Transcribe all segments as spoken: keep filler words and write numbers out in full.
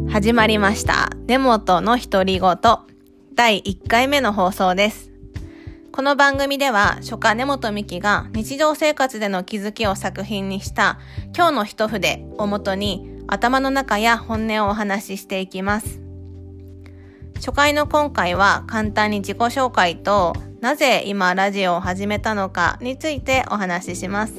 始まりました。根本の独り言だいいっかいめの放送です。この番組では書家根本美希が日常生活での気づきを作品にした今日の一筆をもとに頭の中や本音をお話ししていきます。初回の今回は簡単に自己紹介となぜ今ラジオを始めたのかについてお話しします。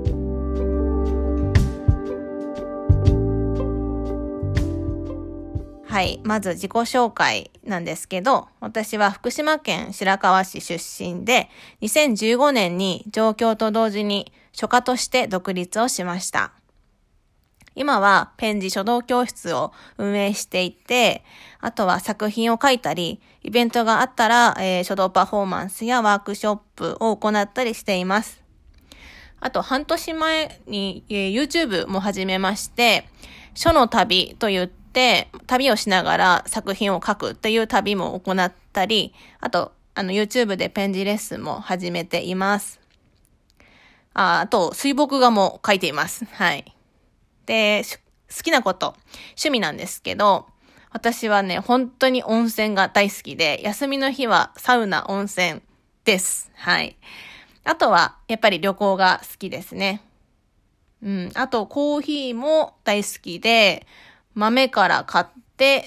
はい、まず自己紹介なんですけど、私は福島県白河市出身で、にせんじゅうごねんに上京と同時に書家として独立をしました。今はペン字書道教室を運営していて、あとは作品を書いたり、イベントがあったら、えー、書道パフォーマンスやワークショップを行ったりしています。あと半年前に、えー、YouTube も始めまして、書の旅と言ってで、旅をしながら作品を書くっていう旅も行ったり、あと、あの、YouTube でペン字レッスンも始めています。あ、あと、水墨画も書いています。はい。で、好きなこと、趣味なんですけど、私はね、本当に温泉が大好きで、休みの日はサウナ、温泉です。はい。あとは、やっぱり旅行が好きですね。うん。あと、コーヒーも大好きで、豆から買って、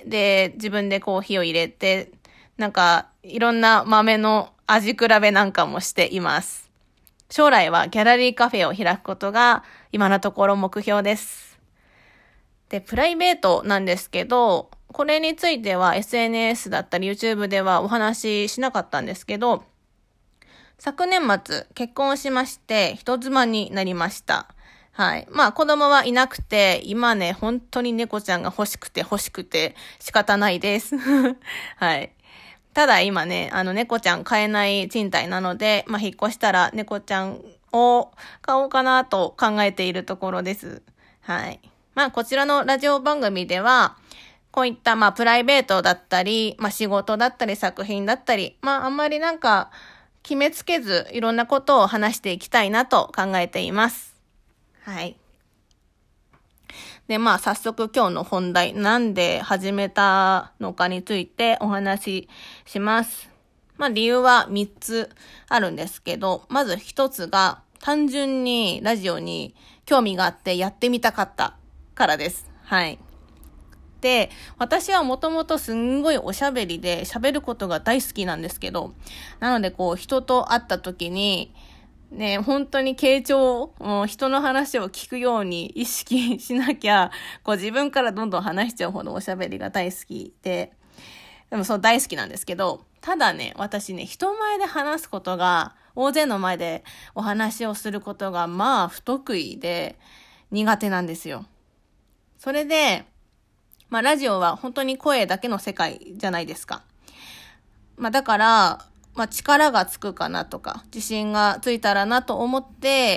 で、自分でコーヒーを入れて、なんか、いろんな豆の味比べなんかもしています。将来はギャラリーカフェを開くことが、今のところ目標です。で、プライベートなんですけど、これについては エスエヌエス だったり YouTube ではお話ししなかったんですけど、昨年末結婚しまして、人妻になりました。はい。まあ子供はいなくて、今ね、本当に猫ちゃんが欲しくて欲しくて仕方ないです。はい。ただ今ね、あの猫ちゃん飼えない賃貸なので、まあ引っ越したら猫ちゃんを飼おうかなと考えているところです。はい。まあこちらのラジオ番組では、こういったまあプライベートだったり、まあ仕事だったり作品だったり、まああんまりなんか決めつけずいろんなことを話していきたいなと考えています。はい。で、まあ、早速今日の本題、なんで始めたのかについてお話しします。まあ、理由はみっつあるんですけど、まずひとつが、単純にラジオに興味があってやってみたかったからです。はい。で、私はもともとすんごいおしゃべりで喋ることが大好きなんですけど、なのでこう、人と会った時に、ね、本当に傾聴、もう人の話を聞くように意識しなきゃ、こう自分からどんどん話しちゃうほどおしゃべりが大好きで、でもそう大好きなんですけど、ただね、私ね、人前で話すことが、大勢の前でお話をすることが、まあ不得意で苦手なんですよ。それで、まあラジオは本当に声だけの世界じゃないですか。まあだから、まあ、力がつくかなとか、自信がついたらなと思って、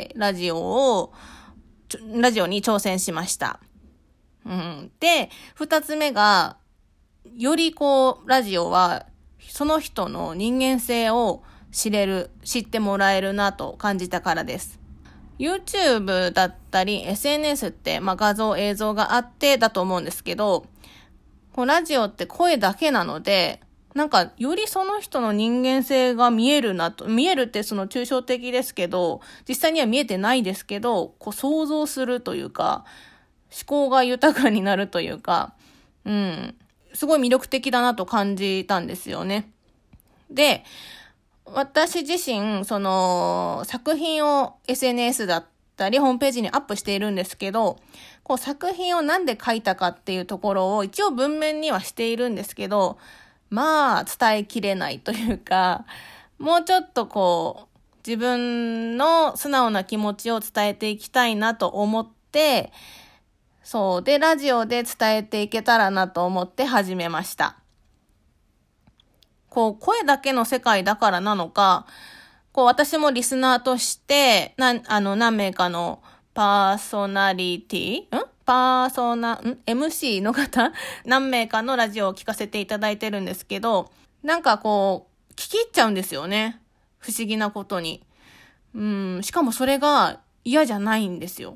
ラジオを、ラジオに挑戦しました。うん。で、二つ目が、よりこう、ラジオは、その人の人間性を知れる、知ってもらえるなと感じたからです。YouTube だったり、エスエヌエス って、まあ、画像、映像があってだと思うんですけど、こうラジオって声だけなので、なんか、よりその人の人間性が見えるなと、見えるってその抽象的ですけど、実際には見えてないですけど、こう想像するというか、思考が豊かになるというか、うん、すごい魅力的だなと感じたんですよね。で、私自身、その、作品を エスエヌエス だったり、ホームページにアップしているんですけど、こう作品をなんで書いたかっていうところを一応文面にはしているんですけど、まあ、伝えきれないというか、もうちょっとこう、自分の素直な気持ちを伝えていきたいなと思って、そう。で、ラジオで伝えていけたらなと思って始めました。こう、声だけの世界だからなのか、こう、私もリスナーとして、な、あの、何名かのパーソナリティんパーソナ、ん エムシー の方何名かのラジオを聞かせていただいてるんですけど、なんかこう、聞き入っちゃうんですよね。不思議なことに。うん、しかもそれが嫌じゃないんですよ。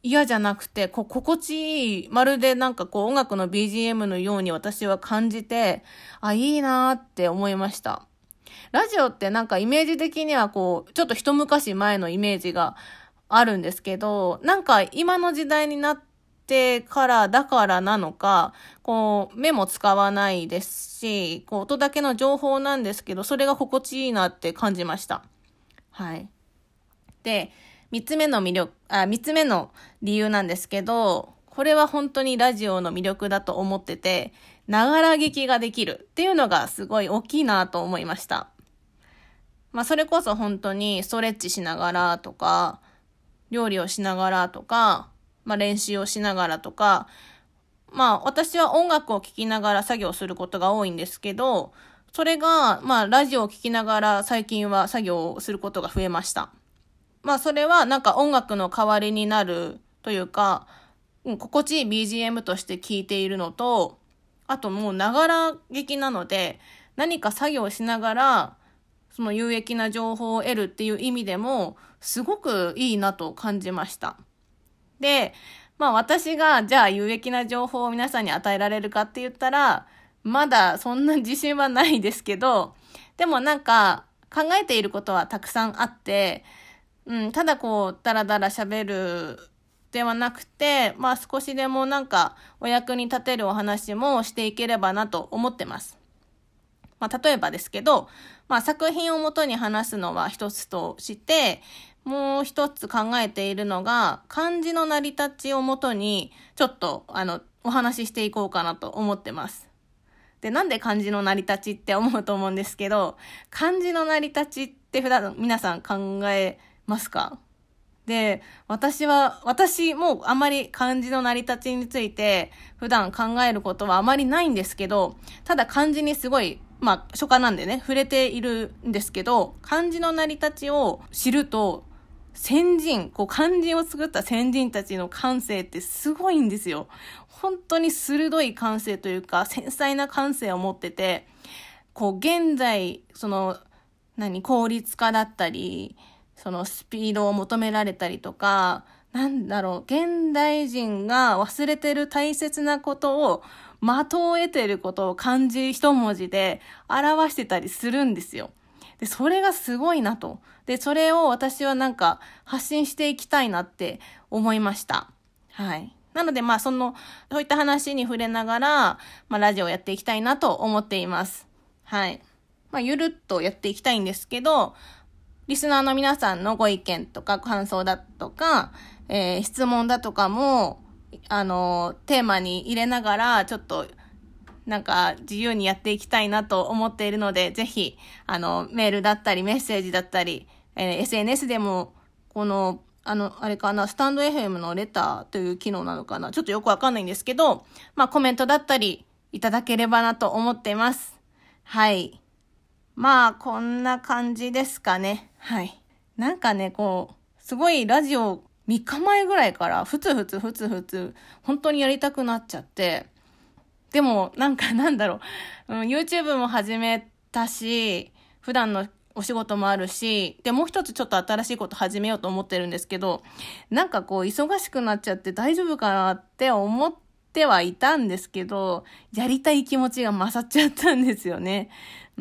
嫌じゃなくて、こう、心地いい、まるでなんかこう、音楽の ビージーエム のように私は感じて、あ、いいなーって思いました。ラジオってなんかイメージ的にはこう、ちょっと一昔前のイメージがあるんですけど、なんか今の時代になってからだからなのか、こう、目も使わないですし、こう、音だけの情報なんですけど、それが心地いいなって感じました。はい。で、三つ目の魅力、あ、三つ目の理由なんですけど、これは本当にラジオの魅力だと思ってて、ながら聞きができるっていうのがすごい大きいなと思いました。まあそれこそ本当にストレッチしながらとか、料理をしながらとか、まあ練習をしながらとか、まあ私は音楽を聴きながら作業することが多いんですけど、それがまあラジオを聴きながら最近は作業をすることが増えました。まあそれはなんか音楽の代わりになるというか、うん、心地いい ビージーエム として聴いているのと、あともうながら聞きなので、何か作業をしながら、その有益な情報を得るっていう意味でも、すごくいいなと感じました。で、まあ私がじゃあ有益な情報を皆さんに与えられるかって言ったら、まだそんな自信はないですけど、でもなんか考えていることはたくさんあって、うん、ただこう、だらだら喋るではなくて、まあ少しでもなんかお役に立てるお話もしていければなと思ってます。まあ例えばですけど、まあ作品をもとに話すのは一つとして、もう一つ考えているのが、漢字の成り立ちをもとに、ちょっとあの、お話ししていこうかなと思ってます。で、なんで漢字の成り立ちって思うと思うんですけど、漢字の成り立ちって普段皆さん考えますか？で、私は、私もあまり漢字の成り立ちについて普段考えることはあまりないんですけど、ただ漢字にすごい、まあ初夏なんでね、触れているんですけど、漢字の成り立ちを知ると、先人、こう漢字を作った先人たちの感性ってすごいんですよ。本当に鋭い感性というか、繊細な感性を持ってて、こう現在、その、何、効率化だったり、そのスピードを求められたりとか、なんだろう、現代人が忘れてる大切なことを、的を得てることを漢字一文字で表してたりするんですよ。で、それがすごいなと。で、それを私はなんか発信していきたいなって思いました。はい。なので、まあ、その、そういった話に触れながら、まあ、ラジオをやっていきたいなと思っています。はい。まあ、ゆるっとやっていきたいんですけど、リスナーの皆さんのご意見とか感想だとか、えー、質問だとかも、あの、テーマに入れながら、ちょっと、なんか自由にやっていきたいなと思っているので、ぜひ、あの、メールだったり、メッセージだったり、えー、エスエヌエス でも、この、あの、あれかな、スタンド エフエム のレターという機能なのかな、ちょっとよくわかんないんですけど、まあ、コメントだったり、いただければなと思っています。はい。まあ、こんな感じですかね。はい。なんかね、こう、すごいラジオみっかまえぐらいから、ふつふつふつふつ、本当にやりたくなっちゃって、でも、なんかなんだろう、うん、YouTube も始めたし、普段のお仕事もあるし、で、もう一つちょっと新しいこと始めようと思ってるんですけど、なんかこう、忙しくなっちゃって大丈夫かなって思ってはいたんですけど、やりたい気持ちが勝っちゃったんですよね。うん、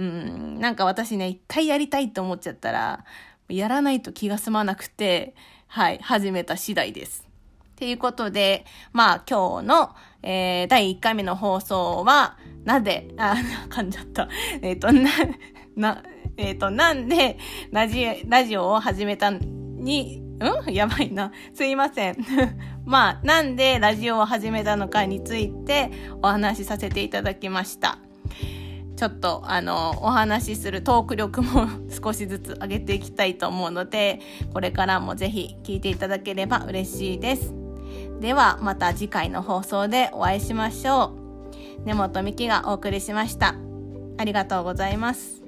なんか私ね、一回やりたいと思っちゃったら、やらないと気が済まなくて、はい、始めた次第です。ということで、まあ今日の、えー、だいいっかいめの放送は、なぜ、あ、噛んじゃった。えっと、な、な、えっと、なんでラジ、ラジオを始めたに、んやばいな。すいません。まあ、なんでラジオを始めたのかについてお話しさせていただきました。ちょっとあのお話しするトーク力も少しずつ上げていきたいと思うので、これからもぜひ聞いていただければ嬉しいです。ではまた次回の放送でお会いしましょう。根本美希がお送りしました。ありがとうございます。